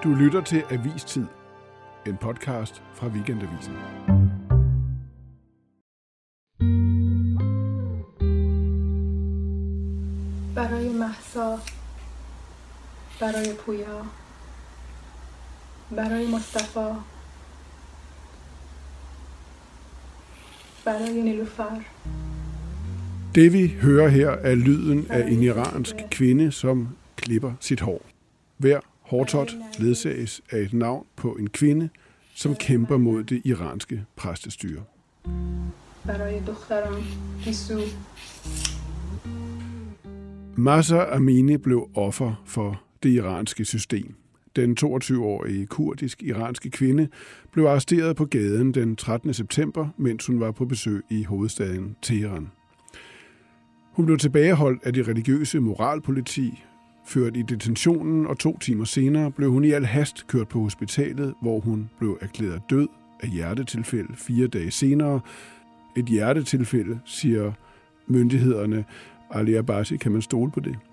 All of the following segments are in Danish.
Du lytter til Avistid, en podcast fra Weekendavisen. برای مهسا، برای پویا، برای مصطفی، برای نیلوفر. Det vi hører her er lyden af en iransk kvinde, som klipper sit hår. Hver hårtot ledsages af et navn på en kvinde, som kæmper mod det iranske præstestyre. برای دخترم گیسو. Mahsa Amini blev offer for det iranske system. Den 22-årige kurdisk-iranske kvinde blev arresteret på gaden den 13. september, mens hun var på besøg i hovedstaden Teheran. Hun blev tilbageholdt af det religiøse moralpoliti, ført i detentionen, og 2 timer senere blev hun i al hast kørt på hospitalet, hvor hun blev erklæret død af hjertetilfælde 4 dage senere. Et hjertetilfælde, siger myndighederne. Ali Abbasi, kan man stole på det?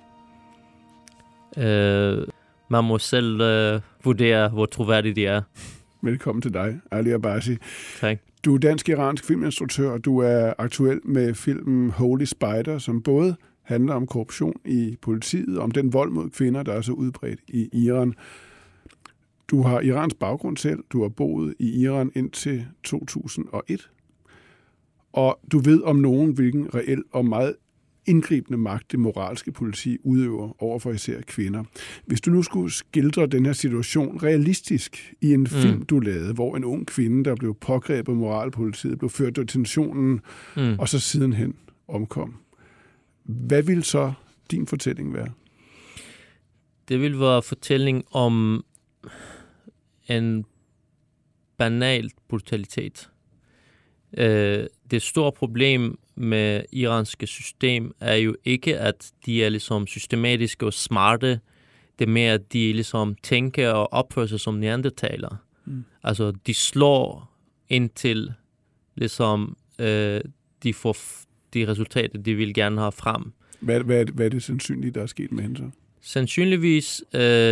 Man må selv vurdere, hvor troværdigt det er. Velkommen til dig, Ali Abbasi. Tak. Du er dansk-iransk filminstruktør, og du er aktuel med filmen Holy Spider, som både handler om korruption i politiet og om den vold mod kvinder, der er så udbredt i Iran. Du har iransk baggrund selv. Du har boet i Iran indtil 2001. Og du ved om nogen, hvilken reel og meget indgribende magt det moralske politi udøver over for især kvinder. Hvis du nu skulle skildre den her situation realistisk i en film, du lavede, hvor en ung kvinde, der blev pågrebet af moralpolitiet, blev ført til detentionen, og så sidenhen omkom. Hvad vil så din fortælling være? Det vil være fortælling om en banal brutalitet. Det store problem med iranske system er jo ikke, at de er ligesom systematiske og smarte. Det er mere, at de ligesom tænker og opfører sig som neandertalere. Altså, de slår indtil ligesom, de får de resultater, de vil gerne have frem. Hvad er det sandsynligt, der er sket med hende så? Sandsynligvis,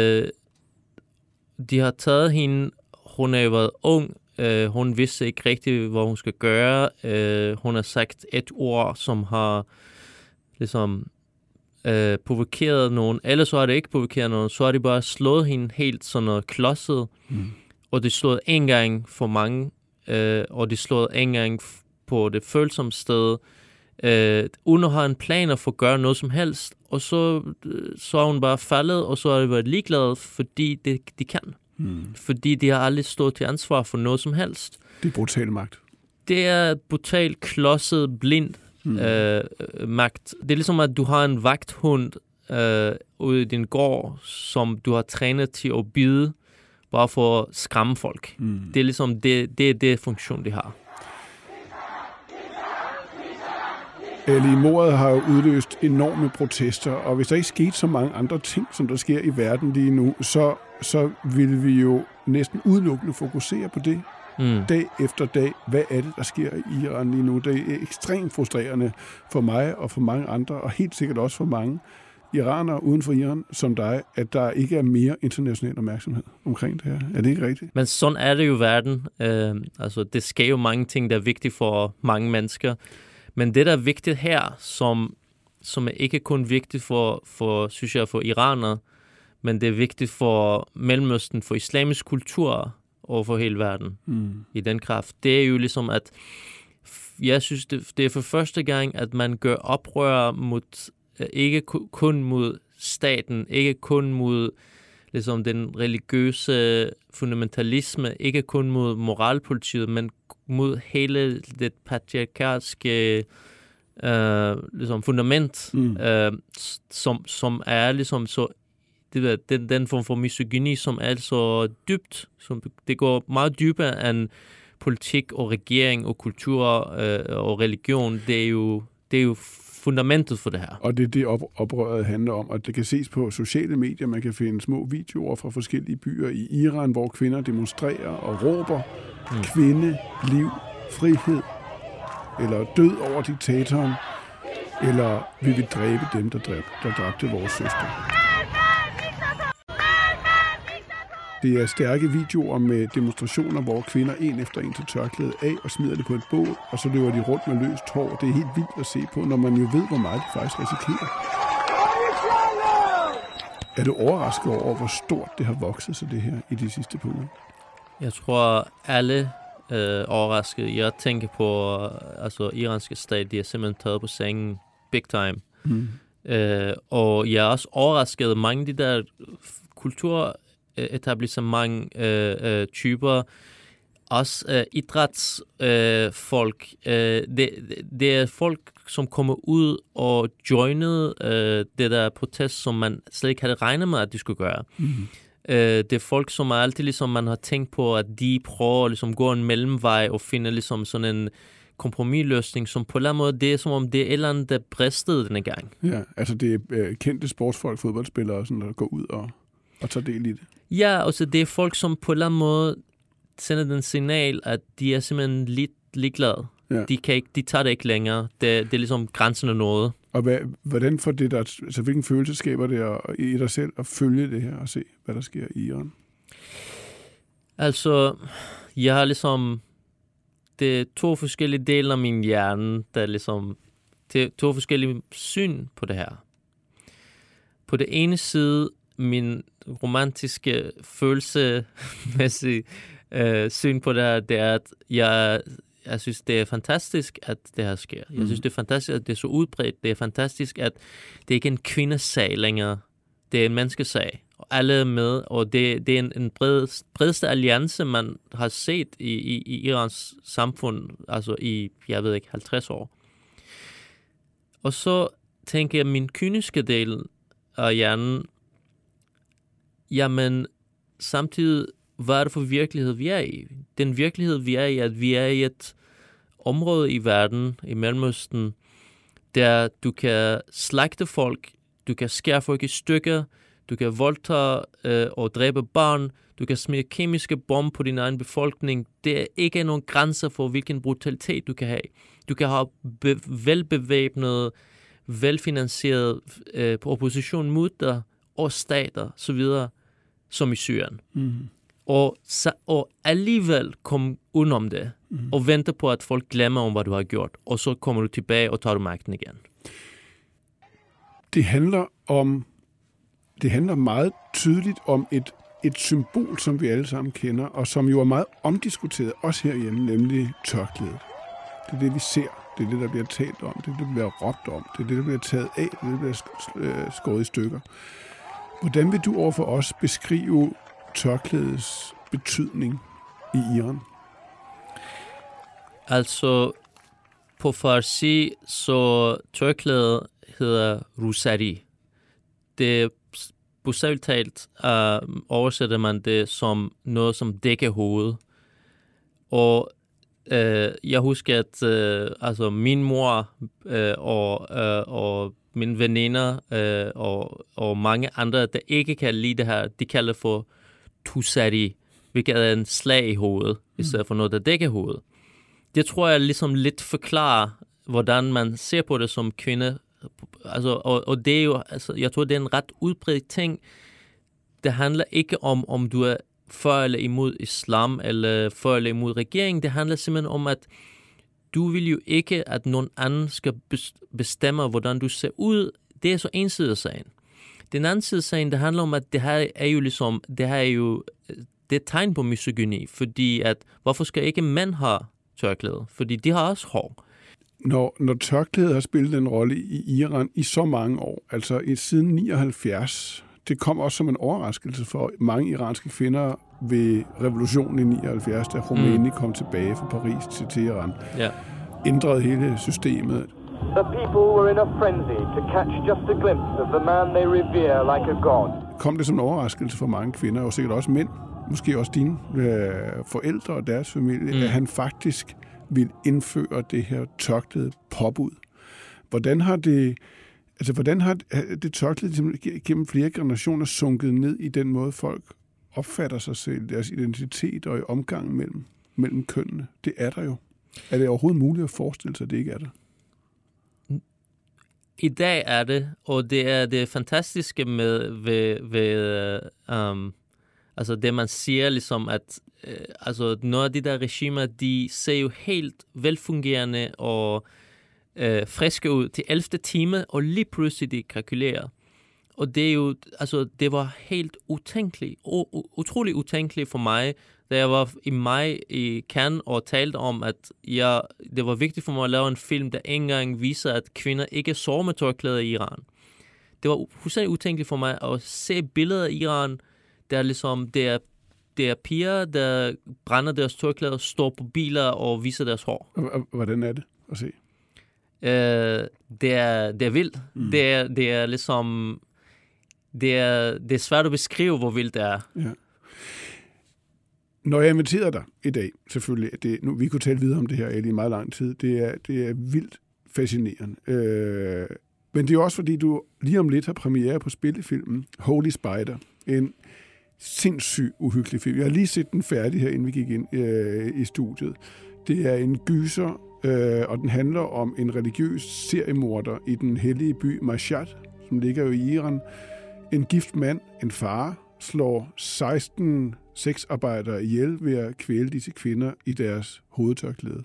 de har taget hende. Hun har jo været ung. Hun vidste ikke rigtigt, hvad hun skal gøre. Hun har sagt et ord, som har ligesom provokeret nogen. Eller så har det ikke provokeret nogen. Så har de bare slået hende helt sådan noget klodset. Og de slået en gang for mange. Og de slået en gang på det følsomme sted. Uden at have en plan for at gøre noget som helst. Og så er hun bare faldet, og så har de været ligeglade, fordi de kan. Fordi de har aldrig stået til ansvar for noget som helst. Det er brutal magt. Det er brutal, klodset, blind magt. Det er ligesom, at du har en vagthund ude i din gård, som du har trænet til at bide, bare for at skræmme folk. Det er ligesom det funktion, de har. Ali, mordet har jo udløst enorme protester, og hvis der ikke skete så mange andre ting, som der sker i verden lige nu, så vil vi jo næsten udelukkende fokusere på det dag efter dag. Hvad er det, der sker i Iran lige nu? Det er ekstremt frustrerende for mig og for mange andre, og helt sikkert også for mange iranere uden for Iran som dig, at der ikke er mere international opmærksomhed omkring det her. Er det ikke rigtigt? Men sådan er det jo i verden. Altså, det sker jo mange ting, der er vigtige for mange mennesker. Men det, der er vigtigt her, som er ikke kun vigtigt synes jeg, for iranere, men det er vigtigt for Mellemøsten, for islamisk kultur og for hele verden i den kraft. Det er jo ligesom, at jeg synes, det er for første gang, at man gør oprør mod, ikke kun mod staten, ikke kun mod ligesom den religiøse fundamentalisme, ikke kun mod moralpolitiet, men mod hele det patriarkalske ligesom fundament, som er ligesom så den form for misogyni, som er så dybt, som det går meget dybere end politik og regering og kultur og religion. Det er jo fundamentet for det her. Og det er det, oprøret handler om, og det kan ses på sociale medier. Man kan finde små videoer fra forskellige byer i Iran, hvor kvinder demonstrerer og råber kvinde, liv, frihed, eller død over diktatoren, eller vi vil dræbe dem, der dræbte vores søster. Det er stærke videoer med demonstrationer, hvor kvinder en efter en tager tørklædet af og smider det på et bål, og så løber de rundt med løst hår. Det er helt vildt at se på, når man jo ved, hvor meget de faktisk risikerer. Er du overrasket over, hvor stort det har vokset sig det her i de sidste par uger? Jeg tror, alle overrasket. Jeg tænker på, altså iranske stat, de er simpelthen taget på sengen big time. Og jeg er også overrasket, mange af de der kulturetablissement typer, også idrætsfolk, det er folk, som kommer ud og joinede det der protest, som man slet ikke havde regnet med, at de skulle gøre. Det er folk, som er altid ligesom, man har tænkt på, at de prøver at ligesom, gå en mellemvej og finde ligesom, sådan en kompromisløsning, som på en eller anden måde, det er som om det er et eller andet, der bristede denne gang. Ja, altså det er kendte sportsfolk, fodboldspillere, sådan, der går ud og tager del i det. Ja, og så det er folk, som på en eller anden måde sender den signal, at de er simpelthen lidt ligeglade. Ja. De tager det ikke længere. Det er ligesom grænsen af noget. Og hvordan får det der, altså hvilken følelse skaber det i dig selv at følge det her og se, hvad der sker i Iran? Altså, jeg har ligesom, det er 2 forskellige dele af min hjerne, der er ligesom, det er 2 forskellige syn på det her. På det ene side, min romantiske følelsemæssige syn på det her, det er, at jeg synes, det er fantastisk, at det her sker. Jeg synes, det er fantastisk, at det er så udbredt. Det er fantastisk, at det ikke er en kvindesag længere. Det er en menneskesag. Og alle er med, og det er en bredeste alliance, man har set i Irans samfund, altså i, jeg ved ikke, 50 år. Og så tænker jeg, min kyniske del af hjernen, jamen, samtidig, hvad er det for virkelighed, vi er i? Den virkelighed, vi er i, at vi er i et område i verden, i Mellemøsten, der du kan slagte folk, du kan skære folk i stykker, du kan voldtage og dræbe børn, du kan smide kemiske bomber på din egen befolkning. Det er ikke nogen grænser for, hvilken brutalitet du kan have. Du kan have velbevæbnet, velfinansieret opposition mod dig, og stater, så videre, som i Syrien. Og alligevel komme udenom det, og vente på, at folk glemmer om, hvad du har gjort, og så kommer du tilbage og tager du magten igen. Det handler meget tydeligt om et symbol, som vi alle sammen kender, og som jo er meget omdiskuteret, også herhjemme, nemlig tørklædet. Det er det, vi ser. Det er det, der bliver talt om. Det er det, der bliver råbt om. Det er det, der bliver taget af. Det er det, der bliver skåret i stykker. Hvordan vil du overfor os beskrive tørklædets betydning i Iran? Altså, på farsi, så tørklædet hedder rusari. Det bogstaveligt talt oversætter man det som noget, som dækker hovedet. Og jeg husker, at altså min mor og mine veninder og mange andre, der ikke kan lide det her, de kalder for tusari, hvilket er en slag i hovedet, i stedet for noget, der dækker hovedet. Det tror jeg ligesom lidt forklarer, hvordan man ser på det som kvinde. Altså, og det er jo, altså, jeg tror, det er en ret udbredt ting. Det handler ikke om du er for eller imod islam, eller for eller imod regeringen. Det handler simpelthen om, at du vil jo ikke, at nogen anden skal bestemme, hvordan du ser ud. Det er så en side af sagen. Den anden side af sagen, det handler om, at det her er jo ligesom, det er et tegn på misogyni, fordi at, hvorfor skal ikke mænd have tørklæde? Fordi de har også hår. Når tørklædet har spillet en rolle i Iran i så mange år, altså siden 79, det kom også som en overraskelse for mange iranske kvinder ved revolutionen i 79, da Khomeini kom tilbage fra Paris til Teheran. Ja. Ændrede hele systemet. The people were in a frenzy to catch just a glimpse of the man they revere like a god. Kom det som en overraskelse for mange kvinder, og sikkert også mænd, måske også dine forældre og deres familie, at han faktisk vil indføre det her tørklæde påbud. Hvordan har det tørklæde gennem flere generationer sunket ned i den måde, folk opfatter sig selv, deres identitet og i omgangen mellem kønnene? Det er der jo. Er det overhovedet muligt at forestille sig, at det ikke er der? I dag er det, og det er det fantastiske med Altså det, man siger ligesom, at altså nogle af de der regimer, de ser jo helt velfungerende og friske ud til 11. time, og lige pludselig de kalkulerer. Og det er jo, altså det var helt utænkeligt, utrolig utænkeligt for mig, da jeg var i maj i Cannes og talte om, at det var vigtigt for mig at lave en film, der ikke engang viser, at kvinder ikke sover med tørklæder i Iran. Det var fuldstændig utænkeligt for mig at se billeder af Iran, der ligesom, det er piger, der brænder deres tørklæder, står på biler og viser deres hår. Hvordan er det at se? Det er vildt. Det er ligesom... Det er svært at beskrive, hvor vildt det er. Ja. Når jeg inviterer dig i dag, selvfølgelig, vi kunne tale videre om det her i meget lang tid, det er vildt fascinerende. Men det er også, fordi du lige om lidt har premiere på spillefilmen Holy Spider, en sindssygt uhyggelig film. Jeg har lige set den færdig her, inden vi gik ind i studiet. Det er en gyser, og den handler om en religiøs seriemorder i den hellige by Mashhad, som ligger jo i Iran. En gift mand, en far, slår 16 sexarbejdere ihjel ved at kvæle disse kvinder i deres hovedtørklæde.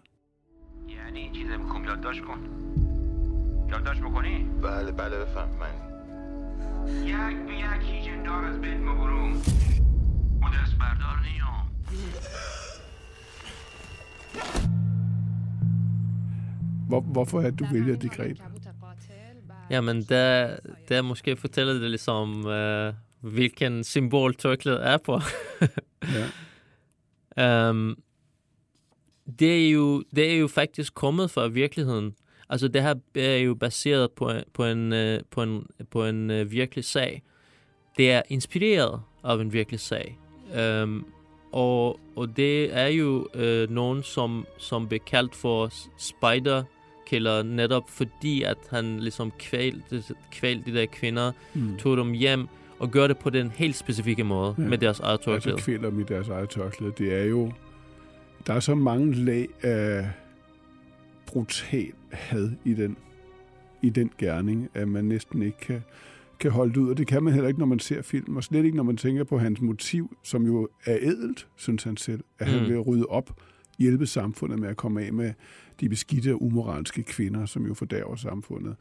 Hvorfor er du vælger det greb? Jamen, der måske fortæller det ligesom, hvilken symbol tørklædet er på. Ja. Det er jo faktisk kommet fra virkeligheden. Altså, det her er jo baseret på en virkelig sag. Det er inspireret af en virkelig sag. Og det er jo nogen, som bliver kaldt for Spider-killer, netop fordi, at han ligesom kvælte de der kvinder, tog dem hjem, og gør det på den helt specifikke måde, med deres eget tørklæde. Altså kvæler dem i deres eget tørklæde. Det er jo... Der er så mange lag af brutal had i den gerning, at man næsten ikke kan holde det ud. Og det kan man heller ikke, når man ser film, og slet ikke, når man tænker på hans motiv, som jo er ædelt, synes han selv, at han vil rydde op, hjælpe samfundet med at komme af med de beskidte og umoralske kvinder, som jo fordærver samfundet.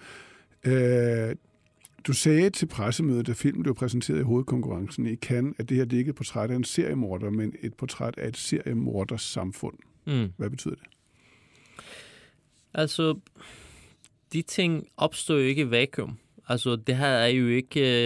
Du sagde til pressemødet, da filmen blev præsenteret i hovedkonkurrencen i Cannes, at det her det ikke er et portræt af en seriemorder, men et portræt af et seriemorders samfund. Hvad betyder det? Altså, de ting opstår jo ikke i vakuum. Altså, det her er jo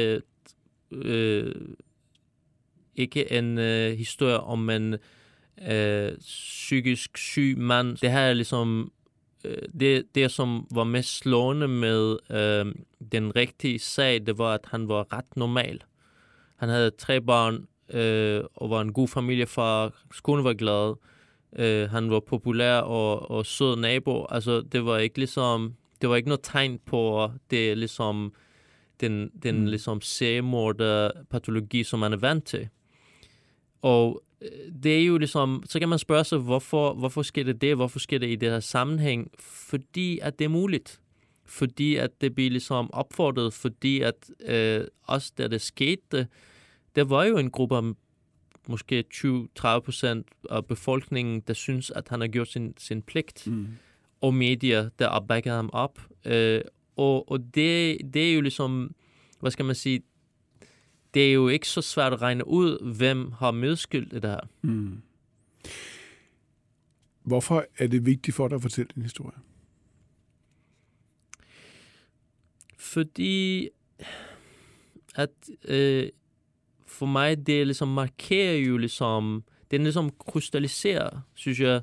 ikke en historie om en psykisk syg mand. Det her er ligesom det som var mest slående med den rigtige sag, det var, at han var ret normal. Han havde 3 børn og var en god familiefar. Skolen var glad. Han var populær og sød nabo. Altså, det var ikke noget tegn på det ligesom den ligesom seriemorder patologi, som man er vant til. Og det er jo ligesom, så kan man spørge sig, hvorfor sker det? Hvorfor sker det i det her sammenhæng? Fordi at det er muligt. Fordi at det bliver ligesom opfordret, fordi at også da det skete, der var jo en gruppe af måske 20-30% af befolkningen, der synes, at han har gjort sin pligt. Og medier, der har backet ham op. Og det er jo ligesom, hvad skal man sige, det er jo ikke så svært at regne ud, hvem har medskyld i det her. Hvorfor er det vigtigt for dig at fortælle din historie? Fordi at for mig, det ligesom markerer jo ligesom, det ligesom krystalliserer, synes jeg,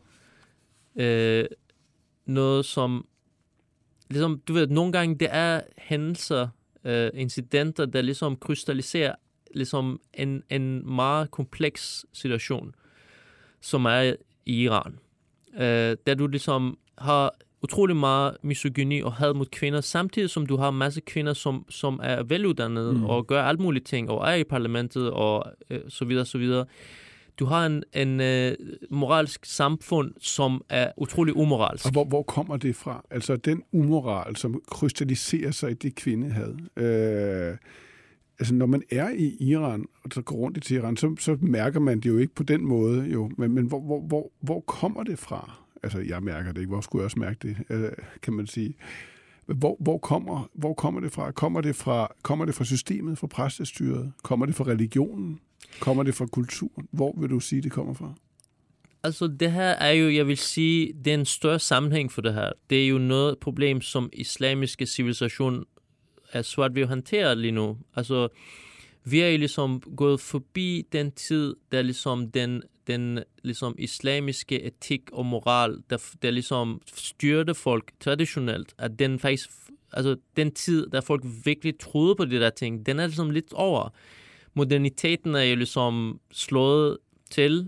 noget som, ligesom, du ved, nogle gange det er hændelser, incidenter, der ligesom krystalliserer ligesom en meget kompleks situation, som er i Iran. Der du ligesom har utrolig meget misogyni og had mod kvinder, samtidig som du har en masse kvinder, som er veluddannede og gør alt muligt ting, og er i parlamentet og så videre, så videre. Du har en moralsk samfund, som er utrolig umoralsk. Og hvor kommer det fra? Altså den umoral, som krystalliserer sig i det kvindehad. altså når man er i Iran, og så går rundt i Teheran, så mærker man det jo ikke på den måde, jo. Men hvor kommer det fra? Altså, jeg mærker det ikke. Hvor skulle jeg også mærke det, kan man sige. Hvor kommer det fra? Kommer det fra systemet, fra præstestyret? Kommer det fra religionen? Kommer det fra kulturen? Hvor vil du sige, det kommer fra? Altså, det her er jo, jeg vil sige, det er en større sammenhæng for det her. Det er jo noget problem, som islamiske civilisation er svært ved at håndtere lige nu. Altså, vi er jo ligesom gået forbi den tid, der ligesom den ligesom islamiske etik og moral, der ligesom styrte folk traditionelt, at den faktisk, altså den tid, der folk virkelig troede på det der ting, den er ligesom lidt over. Moderniteten er jo ligesom slået til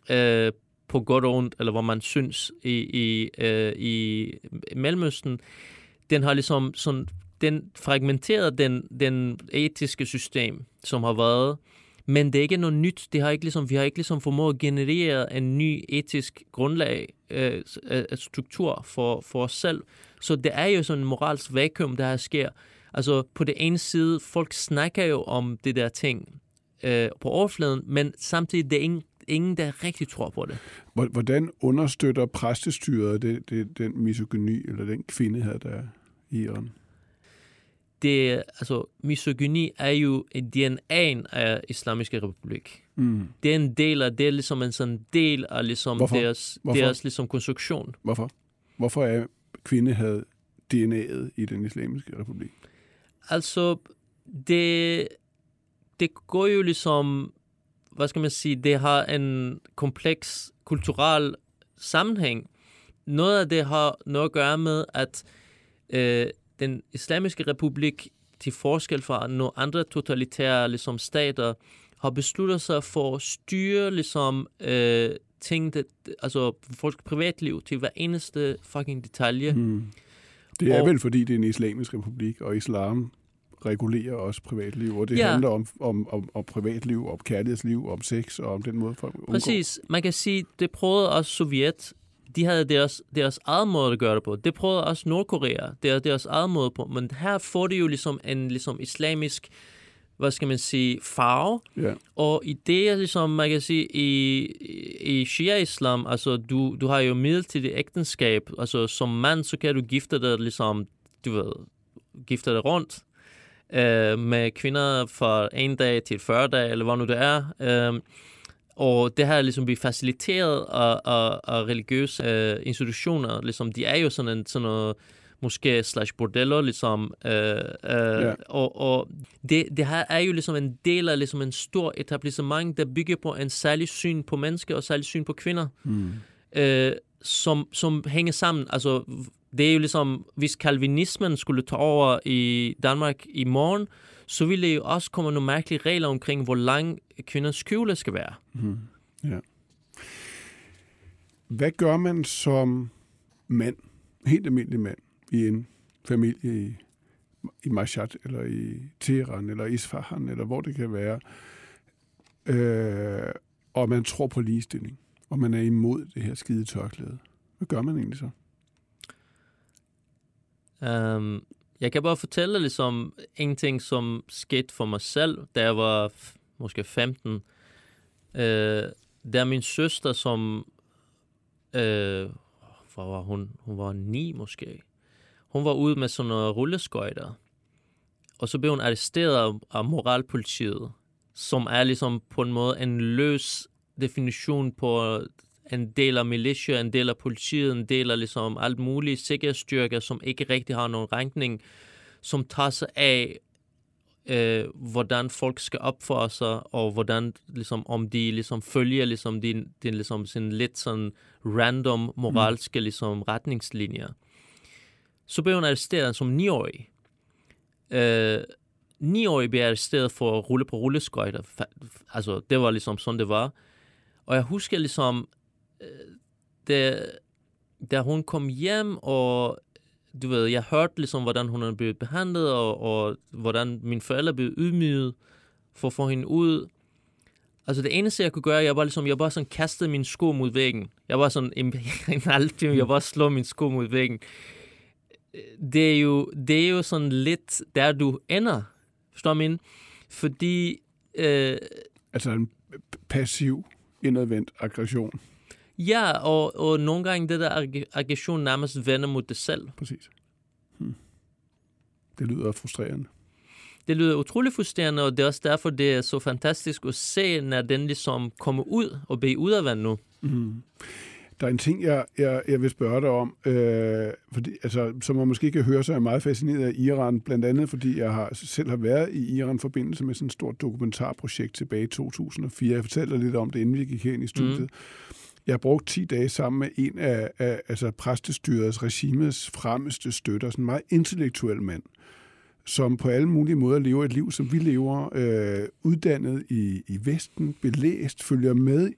på godt og ondt, eller hvor man synes i Mellemøsten. Den har ligesom sådan, den fragmenteret den etiske system, som har været, men det er ikke noget nyt. Vi har ikke ligesom formået at generere en ny etisk grundlag, struktur for os selv. Så det er jo sådan en moralsk vakuum, der her sker. Altså på det ene side, folk snakker jo om det der ting på overfladen, men samtidig det er ingen, der rigtig tror på det. Hvordan understøtter præstestyret den misogyni, eller den kvindehed, der er i Iran? Altså, misogyni er jo DNA'en af Islamiske Republik. Mm. Det er en del af, det er ligesom en sådan del af ligesom deres ligesom konstruktion. Hvorfor er kvindehed DNA'et i den Islamiske Republik? Altså, det går jo ligesom, hvad skal man sige, det har en kompleks kulturel sammenhæng. Noget af det har noget at gøre med, at den Islamiske Republik, til forskel fra nogle andre totalitære ligesom, stater, har besluttet sig for at styre ligesom, ting, altså folks privatliv til hver eneste fucking detalje. Mm. Det er vel fordi, det er en islamisk republik, og islam regulerer også privatliv, og det handler om privatliv, om kærlighedsliv, om sex, og om den måde folk undgår. Præcis. Man kan sige, det prøvede også Sovjet. De havde deres eget måde at gøre det på. Det prøvede også Nordkorea. Det er deres eget måde på. Men her får det jo ligesom en islamisk, hvad skal man sige, farve. Yeah. Og i det, ligesom man kan sige, i Shia-islam, altså du har jo midlertidigt ægteskab. Altså som mand, så kan du gifte dig ligesom, gifte dig rundt med kvinder fra 1 dag til 40 dage, eller hvad nu det er. Og det her ligesom bliver faciliteret af religiøse institutioner. Ligesom, de er jo sådan noget måske /bordeller, ligesom. Og det her er jo ligesom en del af ligesom en stor etablissement, der bygger på en særlig syn på mennesker og særlig syn på kvinder, som hænger sammen. Altså, det er jo ligesom, hvis kalvinismen skulle tage over i Danmark i morgen, så ville det jo også komme nogle mærkelige regler omkring, hvor lang kvinders kjole skal være. Mm. Ja. Hvad gør man som mand, helt almindelig mand, i en familie i Mashhad, eller i Teheran, eller Isfahan, eller hvor det kan være, og man tror på ligestilling, og man er imod det her skide tørklæde? Hvad gør man egentlig så? Jeg kan bare fortælle ligesom en ting, som skete for mig selv, da jeg var måske 15. Der min søster, som var hun var 9 måske. Hun var ude med sådan nogle rulleskøjter. Og så blev hun arresteret af moralpolitiet, som er ligesom på en måde en løs definition på en del af militia, en del af politiet, en del af ligesom alt muligt sikkerhedsstyrker, som ikke rigtig har nogen rækning, som tager sig af, hvordan folk skal opføre sig, og hvordan, ligesom, om de ligesom følger ligesom, de ligesom sådan lidt sådan random moralske ligesom, retningslinjer. Så blev hun arresteret som 9-årig. 9-årig blev arresteret for at rulle på rulleskøjter. Altså, det var ligesom sådan, det var. Og jeg husker ligesom, da hun kom hjem, og jeg hørte ligesom, hvordan hun er blevet behandlet, og hvordan mine forældre blev ydmyget for at få hende ud. Altså det eneste, jeg kunne gøre, jeg bare sådan kastede mine sko mod væggen. Jeg var sådan, jeg bare slog mine sko mod væggen. Det er jo sådan lidt, der du ender, forstår min. Fordi... Altså en passiv, indadvendt aggression. Ja, og nogle gange det der aggression nærmest vender mod det selv. Præcis. Det lyder frustrerende. Det lyder utrolig frustrerende, og det er også derfor, det er så fantastisk at se, når den ligesom kommer ud og bliver udadvendt nu. Der er en ting, jeg vil spørge dig om, fordi, altså, som man måske kan høre, så er jeg meget fascineret af Iran, blandt andet fordi jeg selv har været i Iran i forbindelse med sådan et stort dokumentarprojekt tilbage i 2004. Jeg fortalte dig lidt om det, inden vi gik hen i studiet. Jeg har brugt 10 dage sammen med en af altså præstestyrets regimets fremmeste støtter, sådan en meget intellektuel mand, som på alle mulige måder lever et liv, som vi lever, uddannet i Vesten, belæst, følger med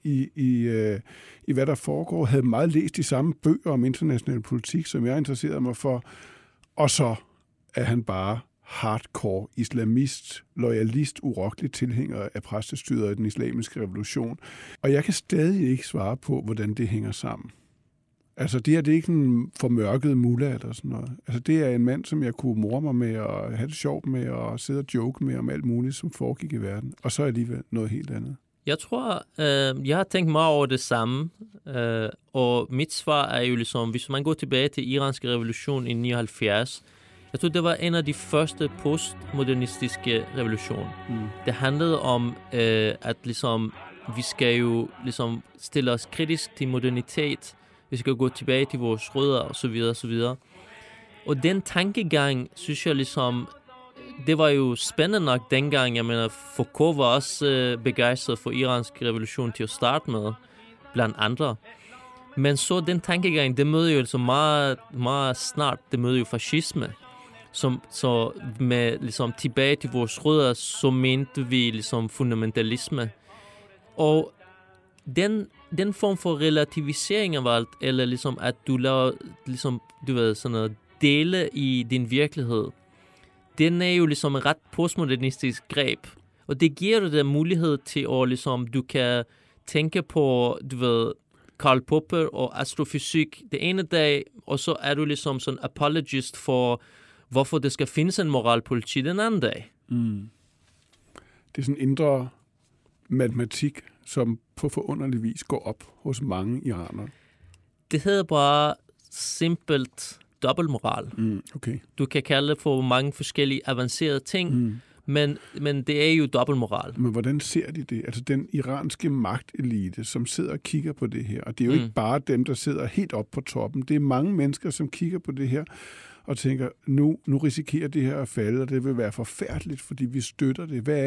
i hvad der foregår, havde meget læst de samme bøger om international politik, som jeg interesserede mig for, og så er han bare hardcore islamist, loyalist, urokkelig tilhænger af præstestyret og den islamiske revolution. Og jeg kan stadig ikke svare på, hvordan det hænger sammen. Altså, det er ikke en formørket mullah eller sådan noget. Altså, det er en mand, som jeg kunne morre mig med og have det sjovt med og sidde og joke med om alt muligt, som foregik i verden. Og så alligevel noget helt andet. Jeg tror, jeg har tænkt meget over det samme, og mit svar er jo ligesom, hvis man går tilbage til iranske revolution i 79, jeg tror, det var en af de første postmodernistiske revolutioner. Det handlede om, at ligesom, vi skal jo ligesom stille os kritisk til modernitet. Vi skal gå tilbage til vores rødder, og så videre, og så videre. Og den tankegang, synes jeg ligesom, det var jo spændende nok dengang. Jeg mener, Foucault var også begejstret for iransk revolution til at starte med, blandt andre. Men så den tankegang, det møder jo altså meget, meget snart, det møder jo fascisme. Så med ligesom tilbage til vores rødder, så mente vi ligesom fundamentalisme. Og den form for relativisering af alt, eller ligesom at du laver, ligesom, du ved, sådan noget, dele i din virkelighed, den er jo ligesom en ret postmodernistisk greb. Og det giver dig den mulighed til at ligesom, du kan tænke på, du ved, Karl Popper og astrofysik det ene dag, og så er du ligesom sådan apologist for, hvorfor det skal findes en moralpoliti den anden dag. Det er sådan en indre matematik, som på forunderlig vis går op hos mange iranere. Det hedder bare simpelt dobbeltmoral. Okay. Du kan kalde det for mange forskellige avancerede ting, men det er jo dobbeltmoral. Men hvordan ser de det? Altså den iranske magtelite, som sidder og kigger på det her, og det er jo ikke bare dem, der sidder helt op på toppen. Det er mange mennesker, som kigger på det her og tænker, nu risikerer det her at falde, og det vil være forfærdeligt, fordi vi støtter det. Hvad er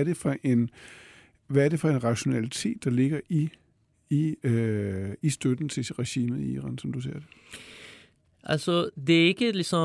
det for en rationalitet, der ligger i støtten til regimet i Iran, som du ser det? Altså, det er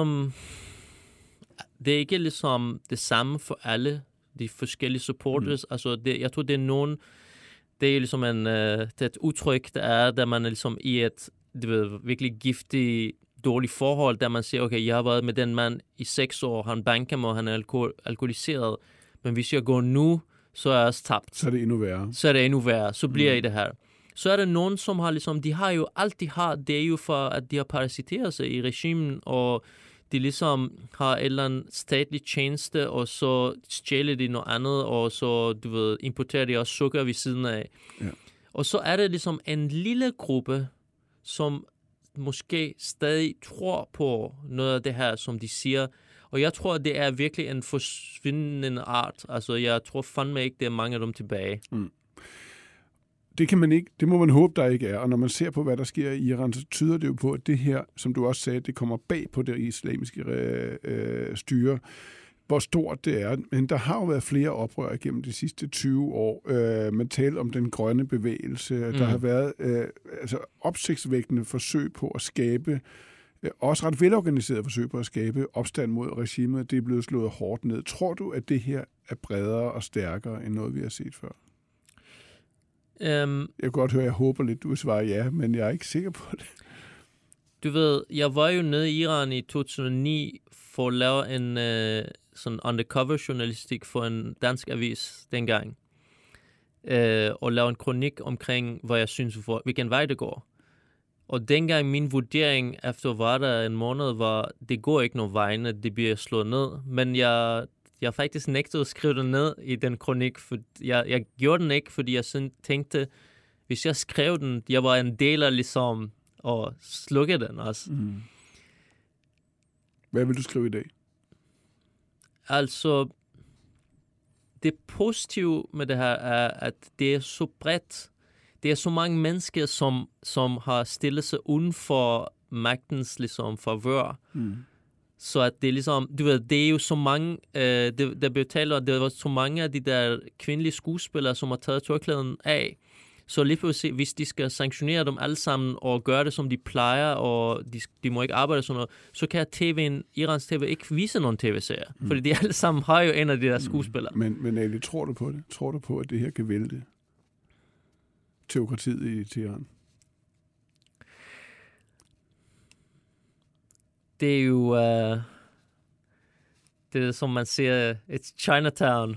ikke ligesom det samme for alle de forskellige supporters. Altså, jeg tror, det er ligesom det er et udtryk, der er, der man er ligesom i et virkelig giftigt, dårligt forhold, der man siger, okay, jeg har været med den mand i 6 år, han banker mig, han er alkoholiseret, men hvis jeg går nu, så er jeg også tabt. Så er det endnu værre. Så bliver jeg i det her. Så er der nogen, som har ligesom, de har jo alt de har, det er jo for, at de har parasiteret sig i regimen, og de ligesom har et eller andet statlig tjeneste, og så stjæler de noget andet, og så, du ved, importerer de også sukker ved siden af. Ja. Og så er det ligesom en lille gruppe, som måske stadig tror på noget af det her, som de siger. Og jeg tror, det er virkelig en forsvindende art. Altså, jeg tror fandme ikke, det er mange af dem tilbage. Det kan man ikke, det må man håbe, der ikke er. Og når man ser på, hvad der sker i Iran, så tyder det jo på, at det her, som du også sagde, det kommer bag på det islamiske styre, hvor stort det er. Men der har jo været flere oprør gennem de sidste 20 år. Man taler om den grønne bevægelse. Der har været opsigtsvækkende forsøg på at skabe, også ret velorganiseret forsøg på at skabe opstand mod regimet. Det er blevet slået hårdt ned. Tror du, at det her er bredere og stærkere end noget, vi har set før? Jeg kan godt høre, jeg håber lidt, du vil svare ja, men jeg er ikke sikker på det. Du ved, jeg var jo nede i Iran i 2009 for at lave en sådan undercover-journalistik for en dansk avis dengang. Og lave en kronik omkring, hvad jeg synes, hvilken vej det går. Og dengang min vurdering, efter var der en måned, var, det går ikke nogen vegne, det bliver slået ned. Men jeg Jeg faktisk nægtede at skrive det ned i den kronik, for jeg gjorde den ikke, fordi jeg tænkte, hvis jeg skrev den, jeg var en del af ligesom at slukke den også. Mm. Hvad vil du skrive i dag? Altså, det positive med det her er, at det er så bredt. Det er så mange mennesker, som har stillet sig uden for magtens ligesom favør. Mm. Så at det er ligesom, du ved, det er jo så mange, der blev talt om, det var så mange af de der kvindelige skuespillere, som har taget tørklæden af. Så lige pludselig, hvis de skal sanktionere dem alle sammen og gøre det, som de plejer, og de må ikke arbejde sådan noget, så kan Irans TV ikke vise nogen tv-serier. Fordi de alle sammen har jo en af de der skuespillere. Men Ali, tror du på det? Tror du på, at det her kan vælte teokratiet i Teheran? Det er jo, det er som man siger, it's Chinatown.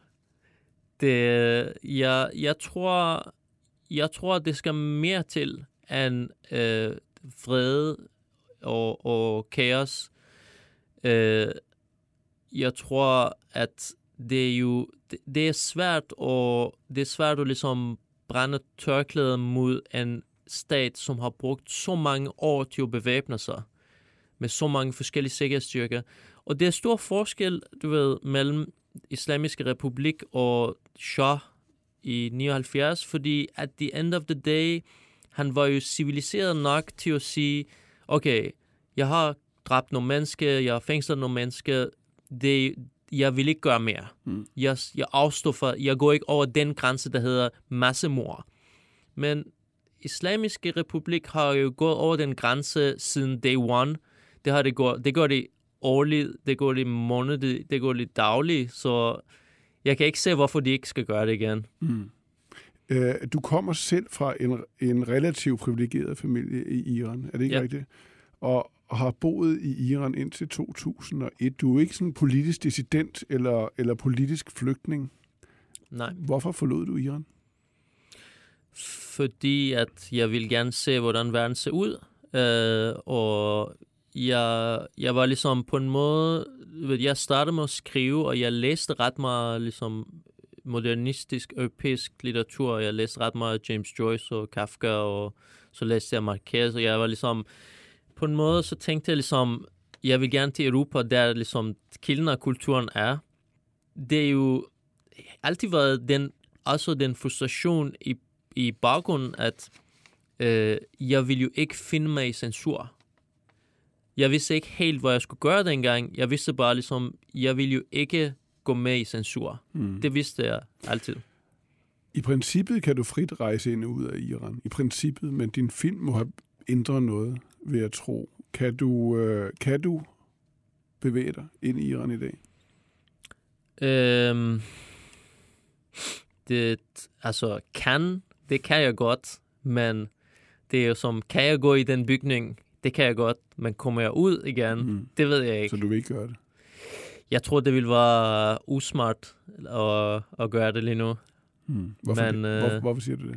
Jeg tror, det skal mere til end fred og kaos. Jeg tror, at det er jo det er svært at ligesom brænde tørklæder mod en stat, som har brugt så mange år til at bevæbne sig med så mange forskellige sikkerhedsstyrker. Og det er stor forskel, du ved, mellem Islamiske Republik og Shah i 79, fordi at the end of the day, han var jo civiliseret nok til at sige, okay, jeg har dræbt nogle mennesker, jeg har fængslet nogle mennesker, jeg vil ikke gøre mere. Jeg afstår for, jeg går ikke over den grænse, der hedder massemord. Men Islamiske Republik har jo gået over den grænse siden day one. Det går det årligt, det går det månedligt, det går det dagligt, så jeg kan ikke se, hvorfor de ikke skal gøre det igen. Mm. Du kommer selv fra en relativt privilegeret familie i Iran, er det ikke rigtigt? Og har boet i Iran indtil 2001. Du er ikke sådan politisk dissident eller politisk flygtning. Nej. Hvorfor forlod du Iran? Fordi at jeg vil gerne se, hvordan verden ser ud. Og jeg var ligesom på en måde, jeg startede med at skrive, og jeg læste ret meget ligesom modernistisk europæisk litteratur. Jeg læste ret meget James Joyce og Kafka, og så læste jeg Marquez, og jeg var ligesom, på en måde så tænkte jeg ligesom, jeg vil gerne til Europa, der ligesom kilden af kulturen er. Det er jo altid været den frustration i baggrunden, at jeg ville jo ikke finde mig i censur. Jeg vidste ikke helt, hvad jeg skulle gøre dengang. Jeg vidste bare ligesom, jeg ville jo ikke gå med i censur. Det vidste jeg altid. I princippet kan du frit rejse ind og ud af Iran. I princippet, men din film må have ændret noget, vil jeg tro. Kan du bevæge dig ind i Iran i dag? Det kan jeg godt, men det er jo som, kan jeg gå i den bygning? Det kan jeg godt, men kommer jeg ud igen? Det ved jeg ikke. Så du vil ikke gøre det? Jeg tror, det vil være usmart at gøre det lige nu. Hvorfor siger du det?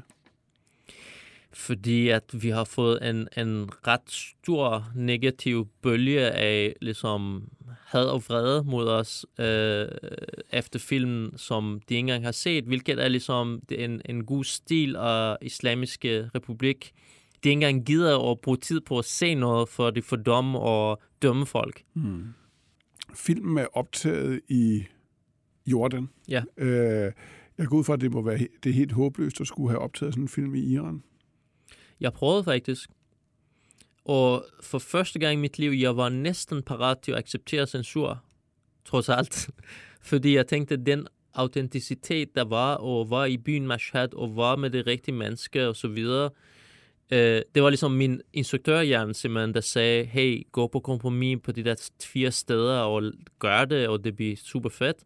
Fordi at vi har fået en ret stor negativ bølge af ligesom had og vrede mod os efter filmen, som de ikke engang har set, hvilket er ligesom en god stil af Islamiske Republik. De ikke engang gider at bruge tid på at se noget, for de fordomme og dømme folk. Filmen er optaget i Jordan. Ja. Jeg går ud fra, at det er helt håbløst at skulle have optaget sådan en film i Iran. Jeg prøvede faktisk. Og for første gang i mit liv, jeg var næsten parat til at acceptere censur. Trods alt. Fordi jeg tænkte, at den autenticitet, der var, og var i byen Mashhad, og var med det rigtige menneske, og så videre. Det var ligesom min instruktørhjerne, simpelthen, der sagde, hey, gå på kompromis på de der 4 steder, og gør det, og det bliver super fedt.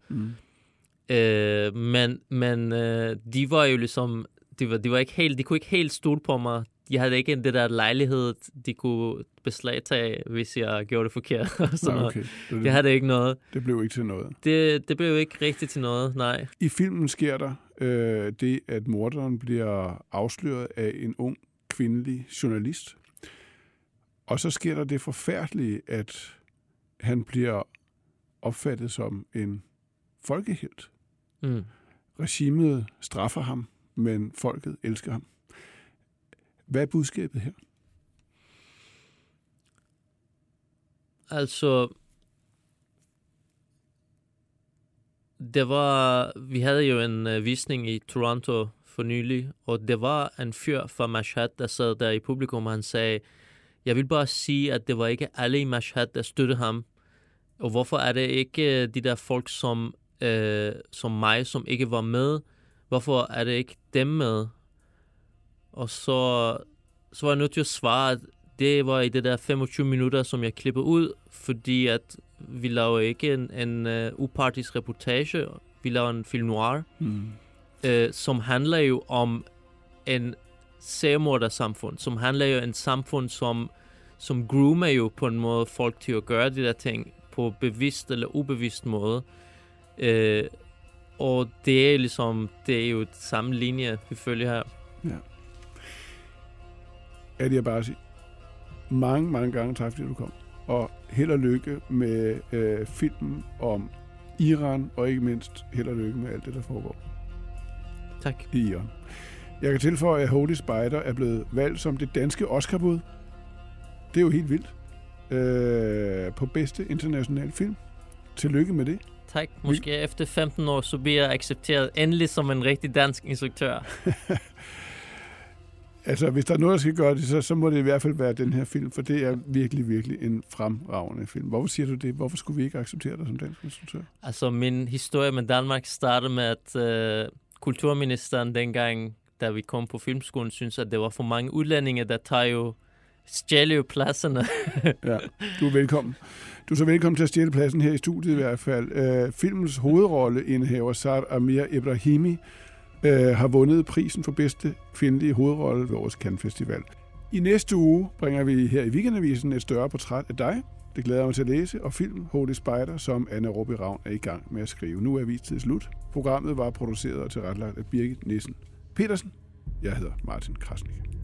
Men de var jo ligesom, de var ikke helt, de kunne ikke helt stole på mig. De havde ikke det der lejlighed, de kunne beslagtage, hvis jeg gjorde det forkert. Okay. Det havde ikke noget. Det blev ikke til noget. Det blev ikke rigtigt til noget, nej. I filmen sker der det, at morderen bliver afsløret af en ung kvindelig journalist. Og så sker der det forfærdelige, at han bliver opfattet som en folkehelt. Mm. Regimet straffer ham, men folket elsker ham. Hvad er budskabet her? Altså, vi havde jo en visning i Toronto for nylig, og det var en fyr fra Mashhad, der sad der i publikum, og han sagde, jeg vil bare sige, at det var ikke alle i Mashhad, der støttede ham. Og hvorfor er det ikke de der folk som mig, som ikke var med? Hvorfor er det ikke dem med? Og så var jeg nødt til at svare, at det var i det der 25 minutter, som jeg klippede ud, fordi at vi laver ikke en upartisk reportage. Vi laver en film noir, som handler jo om en seriemordersamfund, som handler jo om en samfund, som groomer jo på en måde folk til at gøre de der ting på bevidst eller ubevidst måde. Og det er jo samme linje, vi følger her. Ja. Adi Abbasi, mange gange tak, fordi du kom. Og held og lykke med filmen om Iran, og ikke mindst held og lykke med alt det, der foregår. Tak. I Iran. Jeg kan tilføje, at Holy Spider er blevet valgt som det danske Oscar-bud. Det er jo helt vildt. På bedste internationale film. Tillykke med det. Tak. Måske efter 15 år, så bliver jeg accepteret endelig som en rigtig dansk instruktør. Altså, hvis der er noget, der skal gøre det, så må det i hvert fald være den her film, for det er virkelig en fremragende film. Hvorfor siger du det? Hvorfor skulle vi ikke acceptere dig som dansk instruktør? Altså, min historie med Danmark startede med, at kulturministeren dengang, da vi kom på filmskolen, synes, at det var for mange udlændinge, der stjæler jo pladserne. Ja, du er velkommen. Du er så velkommen til at stjæle pladsen her i studiet i hvert fald. Filmens hovedrolleindehaver, Saad Amir Ebrahimi, har vundet prisen for bedste kvindelige hovedrolle ved årets Cannes Festival. I næste uge bringer vi her i Weekendavisen et større portræt af dig. Det glæder jeg mig til at læse, og film Holy Spider, som Anna Råby Ravn er i gang med at skrive. Nu er avistid slut. Programmet var produceret og tilrettelagt af Birgit Nissen Petersen. Jeg hedder Martin Krasnik.